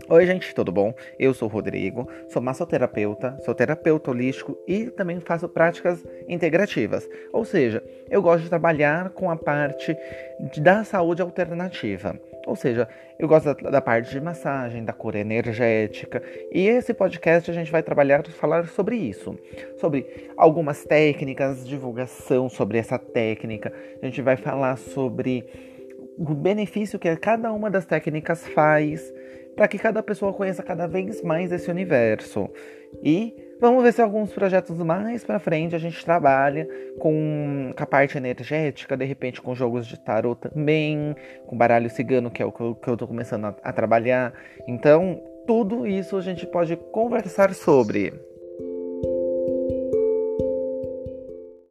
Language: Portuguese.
Oi, gente, tudo bom? Eu sou o Rodrigo, sou massoterapeuta, sou terapeuta holístico e também faço práticas integrativas. Ou seja, eu gosto de trabalhar com a parte da saúde alternativa. Ou seja, eu gosto da parte de massagem, da cura energética. E esse podcast a gente vai falar sobre isso. Sobre algumas técnicas, divulgação sobre essa técnica. A gente vai falar sobre o benefício que cada uma das técnicas faz para que cada pessoa conheça cada vez mais esse universo. E vamos ver se alguns projetos mais para frente a gente trabalha com a parte energética, de repente com jogos de tarot também, com baralho cigano, que é o que eu tô começando a trabalhar. Então, tudo isso a gente pode conversar sobre.